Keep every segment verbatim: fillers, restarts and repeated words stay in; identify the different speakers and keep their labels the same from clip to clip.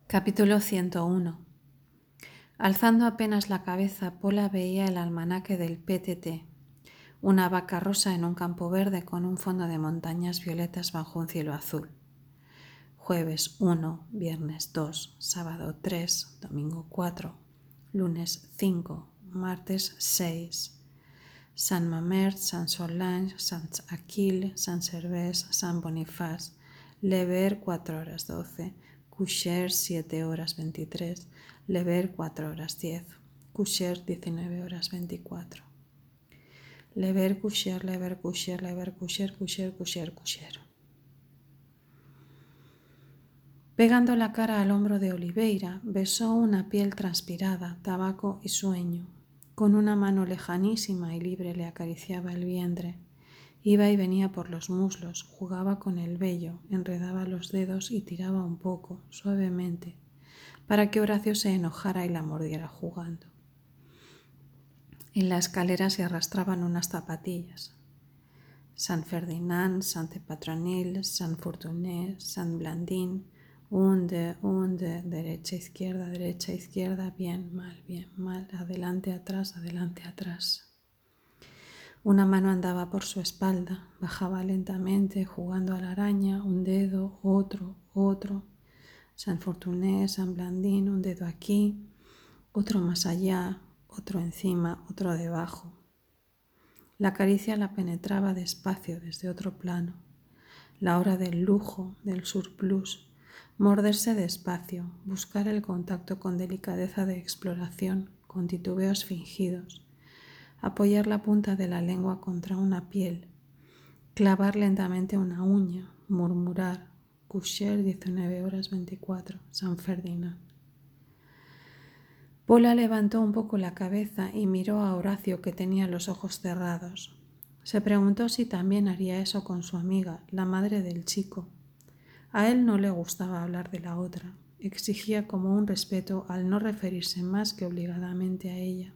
Speaker 1: Capítulo ciento uno. Alzando apenas la cabeza, Pola veía el almanaque del P T T, una vaca rosa en un campo verde con un fondo de montañas violetas bajo un cielo azul. Jueves uno, viernes dos, sábado tres, domingo cuatro, lunes cinco, martes seis. Sant Mamert, Sant Solange, Sant Aquil, Sant Servés, Sant Boniface, Lever cuatro horas doce, Cuixer siete horas veintitrés, Lever cuatro horas diez, Cuixer diecinueve horas veinticuatro. Lever, Cuixer, Lever, Cuixer, Lever, Cuixer, Cuixer, Cuixer, Cuixer. Pegando la cara al hombro de Oliveira, besó una piel transpirada, tabaco y sueño. Con una mano lejanísima y libre le acariciaba el vientre. Iba y venía por los muslos, jugaba con el vello, enredaba los dedos y tiraba un poco, suavemente, para que Horacio se enojara y la mordiera jugando. En la escalera se arrastraban unas zapatillas. Sant Ferdinand, Sant Patronil, Sant Fortuné, Sant Blandín, hunde, hunde, derecha, izquierda, derecha, izquierda, bien, mal, bien, mal, adelante, atrás, adelante, atrás. Una mano andaba por su espalda, bajaba lentamente, jugando a la araña, un dedo, otro, otro. Sant Fortuné, Sant Blandín, un dedo aquí, otro más allá, otro encima, otro debajo. La caricia la penetraba despacio desde otro plano. La hora del lujo, del surplus, morderse despacio, buscar el contacto con delicadeza de exploración, con titubeos fingidos, apoyar la punta de la lengua contra una piel, clavar lentamente una uña, murmurar, Cuixer diecinueve horas veinticuatro, Sant Ferdinand. Pola levantó un poco la cabeza y miró a Horacio, que tenía los ojos cerrados. Se preguntó si también haría eso con su amiga, la madre del chico. A él no le gustaba hablar de la otra, exigía como un respeto al no referirse más que obligadamente a ella.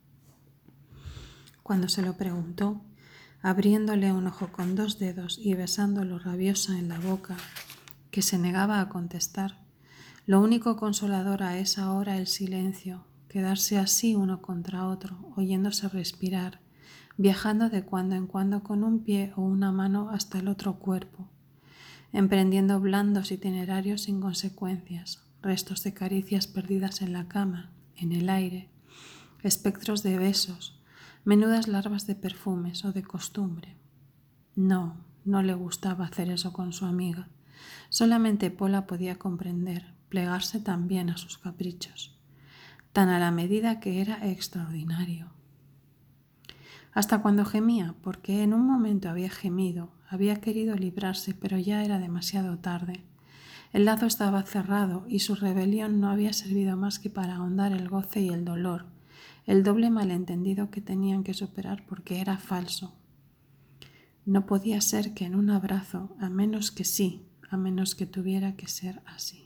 Speaker 1: Cuando se lo preguntó, abriéndole un ojo con dos dedos y besándolo rabiosa en la boca, que se negaba a contestar, lo único consolador a esa hora el silencio, quedarse así uno contra otro, oyéndose respirar, viajando de cuando en cuando con un pie o una mano hasta el otro cuerpo, emprendiendo blandos itinerarios sin consecuencias, restos de caricias perdidas en la cama, en el aire, espectros de besos, menudas larvas de perfumes o de costumbre. No, no le gustaba hacer eso con su amiga. Solamente Pola podía comprender, plegarse también a sus caprichos, tan a la medida que era extraordinario. Hasta cuando gemía, porque en un momento había gemido, había querido librarse, pero ya era demasiado tarde. El lazo estaba cerrado y su rebelión no había servido más que para ahondar el goce y el dolor, el doble malentendido que tenían que superar porque era falso. No podía ser que en un abrazo, a menos que sí, a menos que tuviera que ser así.